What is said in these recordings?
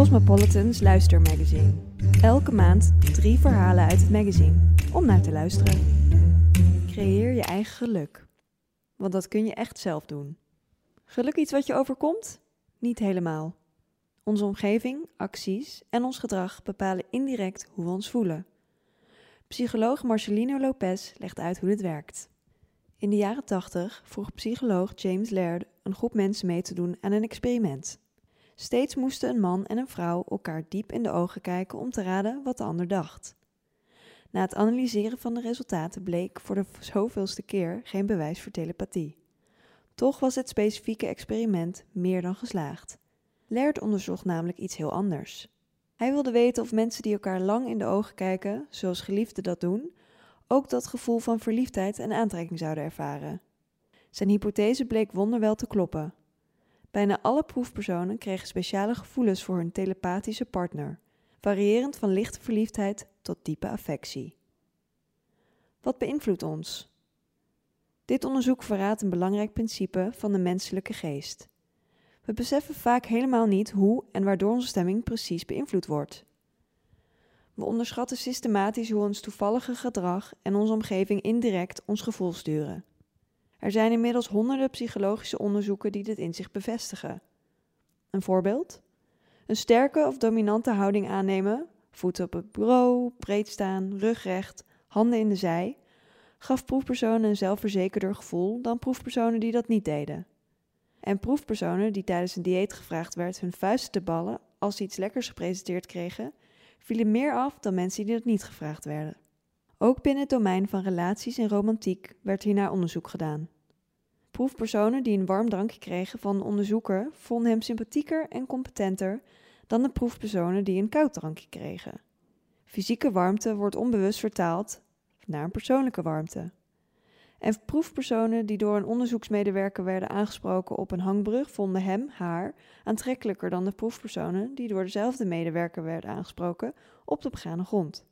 Cosmopolitan's luistermagazine. Elke maand 3 verhalen uit het magazine, om naar te luisteren. Creëer je eigen geluk. Want dat kun je echt zelf doen. Geluk iets wat je overkomt? Niet helemaal. Onze omgeving, acties en ons gedrag bepalen indirect hoe we ons voelen. Psycholoog Marcelino Lopez legt uit hoe dit werkt. In de jaren 80 vroeg psycholoog James Laird een groep mensen mee te doen aan een experiment. Steeds moesten een man en een vrouw elkaar diep in de ogen kijken om te raden wat de ander dacht. Na het analyseren van de resultaten bleek voor de zoveelste keer geen bewijs voor telepathie. Toch was het specifieke experiment meer dan geslaagd. Laird onderzocht namelijk iets heel anders. Hij wilde weten of mensen die elkaar lang in de ogen kijken, zoals geliefden dat doen, ook dat gevoel van verliefdheid en aantrekking zouden ervaren. Zijn hypothese bleek wonderwel te kloppen. Bijna alle proefpersonen kregen speciale gevoelens voor hun telepathische partner, variërend van lichte verliefdheid tot diepe affectie. Wat beïnvloedt ons? Dit onderzoek verraadt een belangrijk principe van de menselijke geest. We beseffen vaak helemaal niet hoe en waardoor onze stemming precies beïnvloed wordt. We onderschatten systematisch hoe ons toevallige gedrag en onze omgeving indirect ons gevoel sturen. Er zijn inmiddels honderden psychologische onderzoeken die dit inzicht bevestigen. Een voorbeeld? Een sterke of dominante houding aannemen, voeten op het bureau, breed staan, rug recht, handen in de zij, gaf proefpersonen een zelfverzekerder gevoel dan proefpersonen die dat niet deden. En proefpersonen die tijdens een dieet gevraagd werd hun vuisten te ballen als ze iets lekkers gepresenteerd kregen, vielen meer af dan mensen die dat niet gevraagd werden. Ook binnen het domein van relaties en romantiek werd hiernaar onderzoek gedaan. Proefpersonen die een warm drankje kregen van een onderzoeker vonden hem sympathieker en competenter dan de proefpersonen die een koud drankje kregen. Fysieke warmte wordt onbewust vertaald naar een persoonlijke warmte. En proefpersonen die door een onderzoeksmedewerker werden aangesproken op een hangbrug vonden hem, haar, aantrekkelijker dan de proefpersonen die door dezelfde medewerker werden aangesproken op de begane grond.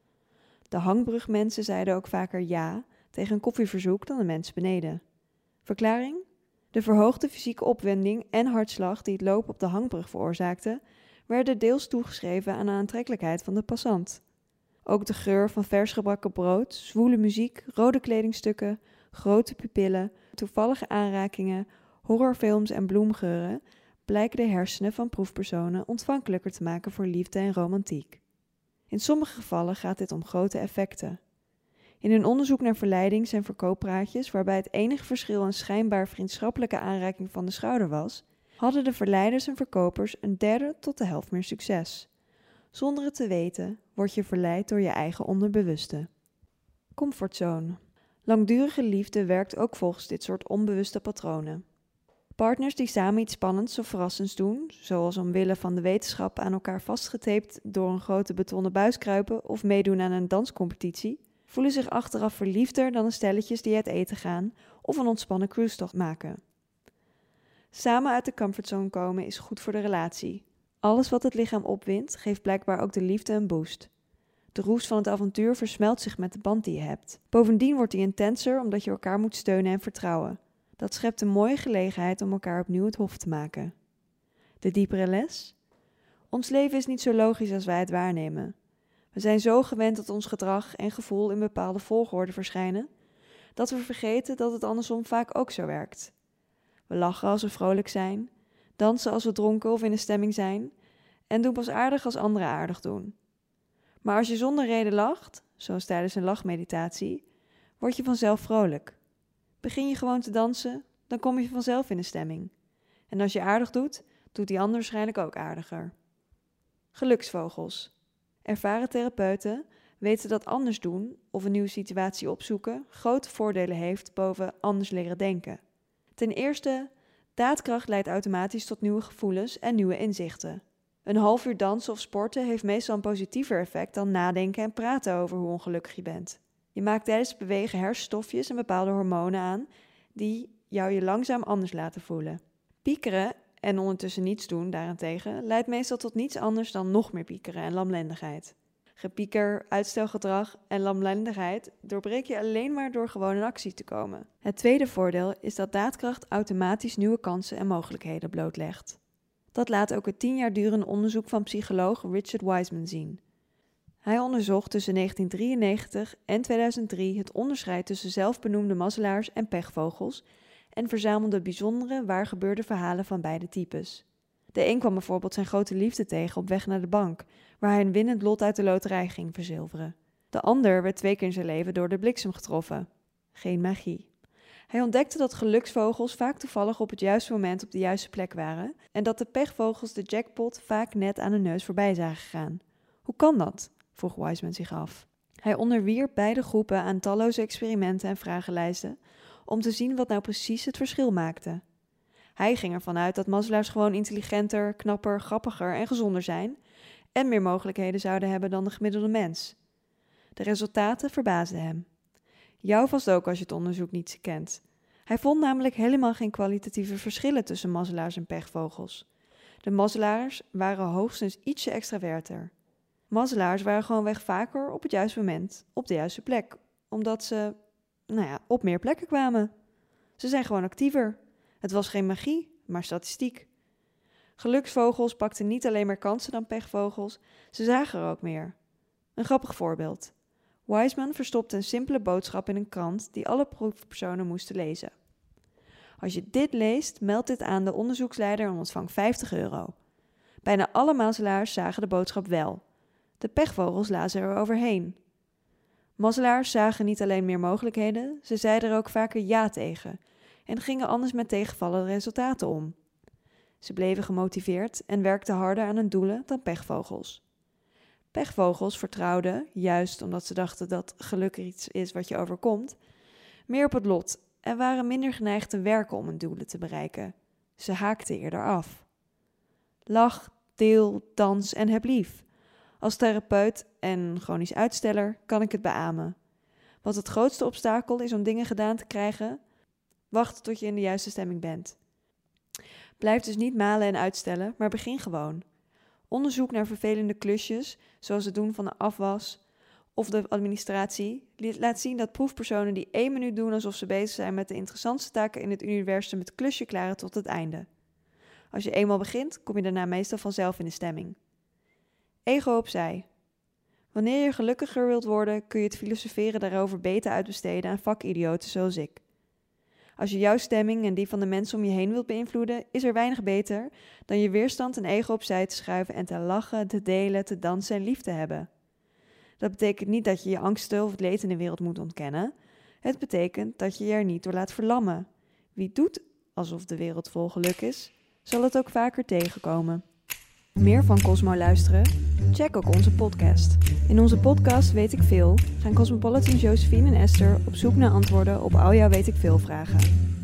De hangbrugmensen zeiden ook vaker ja tegen een koffieverzoek dan de mensen beneden. Verklaring? De verhoogde fysieke opwinding en hartslag die het lopen op de hangbrug veroorzaakte, werden deels toegeschreven aan de aantrekkelijkheid van de passant. Ook de geur van vers gebakken brood, zwoele muziek, rode kledingstukken, grote pupillen, toevallige aanrakingen, horrorfilms en bloemgeuren blijken de hersenen van proefpersonen ontvankelijker te maken voor liefde en romantiek. In sommige gevallen gaat dit om grote effecten. In een onderzoek naar verleiding zijn verkooppraatjes waarbij het enige verschil een schijnbaar vriendschappelijke aanraking van de schouder was, hadden de verleiders en verkopers een derde tot de helft meer succes. Zonder het te weten word je verleid door je eigen onderbewuste. Comfortzone. Langdurige liefde werkt ook volgens dit soort onbewuste patronen. Partners die samen iets spannends of verrassends doen, zoals omwille van de wetenschap aan elkaar vastgetaped door een grote betonnen buis kruipen of meedoen aan een danscompetitie, voelen zich achteraf verliefder dan de stelletjes die uit eten gaan of een ontspannen cruisetocht maken. Samen uit de comfortzone komen is goed voor de relatie. Alles wat het lichaam opwindt, geeft blijkbaar ook de liefde een boost. De roes van het avontuur versmelt zich met de band die je hebt. Bovendien wordt die intenser omdat je elkaar moet steunen en vertrouwen. Dat schept een mooie gelegenheid om elkaar opnieuw het hof te maken. De diepere les? Ons leven is niet zo logisch als wij het waarnemen. We zijn zo gewend dat ons gedrag en gevoel in bepaalde volgorde verschijnen, dat we vergeten dat het andersom vaak ook zo werkt. We lachen als we vrolijk zijn, dansen als we dronken of in een stemming zijn en doen pas aardig als anderen aardig doen. Maar als je zonder reden lacht, zoals tijdens een lachmeditatie, word je vanzelf vrolijk. Begin je gewoon te dansen, dan kom je vanzelf in een stemming. En als je aardig doet, doet die ander waarschijnlijk ook aardiger. Geluksvogels. Ervaren therapeuten weten dat anders doen of een nieuwe situatie opzoeken grote voordelen heeft boven anders leren denken. Ten eerste, daadkracht leidt automatisch tot nieuwe gevoelens en nieuwe inzichten. Een half uur dansen of sporten heeft meestal een positiever effect dan nadenken en praten over hoe ongelukkig je bent. Je maakt tijdens het bewegen hersenstofjes en bepaalde hormonen aan die jou je langzaam anders laten voelen. Piekeren en ondertussen niets doen daarentegen leidt meestal tot niets anders dan nog meer piekeren en lamlendigheid. Gepieker, uitstelgedrag en lamlendigheid doorbreek je alleen maar door gewoon in actie te komen. Het tweede voordeel is dat daadkracht automatisch nieuwe kansen en mogelijkheden blootlegt. Dat laat ook het 10 jaar durende onderzoek van psycholoog Richard Wiseman zien. Hij onderzocht tussen 1993 en 2003 het onderscheid tussen zelfbenoemde mazzelaars en pechvogels en verzamelde bijzondere waargebeurde verhalen van beide types. De een kwam bijvoorbeeld zijn grote liefde tegen op weg naar de bank, waar hij een winnend lot uit de loterij ging verzilveren. De ander werd 2 keer in zijn leven door de bliksem getroffen. Geen magie. Hij ontdekte dat geluksvogels vaak toevallig op het juiste moment op de juiste plek waren en dat de pechvogels de jackpot vaak net aan hun neus voorbij zagen gaan. Hoe kan dat? Vroeg Wiseman zich af. Hij onderwierp beide groepen aan talloze experimenten en vragenlijsten om te zien wat nou precies het verschil maakte. Hij ging ervan uit dat mazzelaars gewoon intelligenter, knapper, grappiger en gezonder zijn en meer mogelijkheden zouden hebben dan de gemiddelde mens. De resultaten verbaasden hem. Jou vast ook als je het onderzoek niet kent. Hij vond namelijk helemaal geen kwalitatieve verschillen tussen mazzelaars en pechvogels. De mazzelaars waren hoogstens ietsje extraverter. Mazzelaars waren gewoonweg vaker op het juiste moment, op de juiste plek, omdat ze, op meer plekken kwamen. Ze zijn gewoon actiever. Het was geen magie, maar statistiek. Geluksvogels pakten niet alleen meer kansen dan pechvogels, ze zagen er ook meer. Een grappig voorbeeld. Wiseman verstopte een simpele boodschap in een krant die alle proefpersonen moesten lezen. Als je dit leest, meld dit aan de onderzoeksleider en ontvang €50. Bijna alle mazzelaars zagen de boodschap wel. De pechvogels lazen er overheen. Mazzelaars zagen niet alleen meer mogelijkheden, ze zeiden er ook vaker ja tegen en gingen anders met tegenvallende resultaten om. Ze bleven gemotiveerd en werkten harder aan hun doelen dan pechvogels. Pechvogels vertrouwden, juist omdat ze dachten dat geluk iets is wat je overkomt, meer op het lot en waren minder geneigd te werken om hun doelen te bereiken. Ze haakten eerder af. Lach, deel, dans en heb lief. Als therapeut en chronisch uitsteller kan ik het beamen. Wat het grootste obstakel is om dingen gedaan te krijgen, wacht tot je in de juiste stemming bent. Blijf dus niet malen en uitstellen, maar begin gewoon. Onderzoek naar vervelende klusjes, zoals het doen van de afwas of de administratie, laat zien dat proefpersonen die 1 minuut doen alsof ze bezig zijn met de interessantste taken in het universum het klusje klaren tot het einde. Als je eenmaal begint, kom je daarna meestal vanzelf in de stemming. Ego opzij. Wanneer je gelukkiger wilt worden, kun je het filosoferen daarover beter uitbesteden aan vakidioten zoals ik. Als je jouw stemming en die van de mensen om je heen wilt beïnvloeden, is er weinig beter dan je weerstand en ego opzij te schuiven en te lachen, te delen, te dansen en lief te hebben. Dat betekent niet dat je je angsten of het leed in de wereld moet ontkennen. Het betekent dat je je er niet door laat verlammen. Wie doet alsof de wereld vol geluk is, zal het ook vaker tegenkomen. Meer van Cosmo luisteren? Check ook onze podcast. In onze podcast Weet ik Veel gaan Cosmopolitan Josephine en Esther op zoek naar antwoorden op al jouw weet ik veel vragen.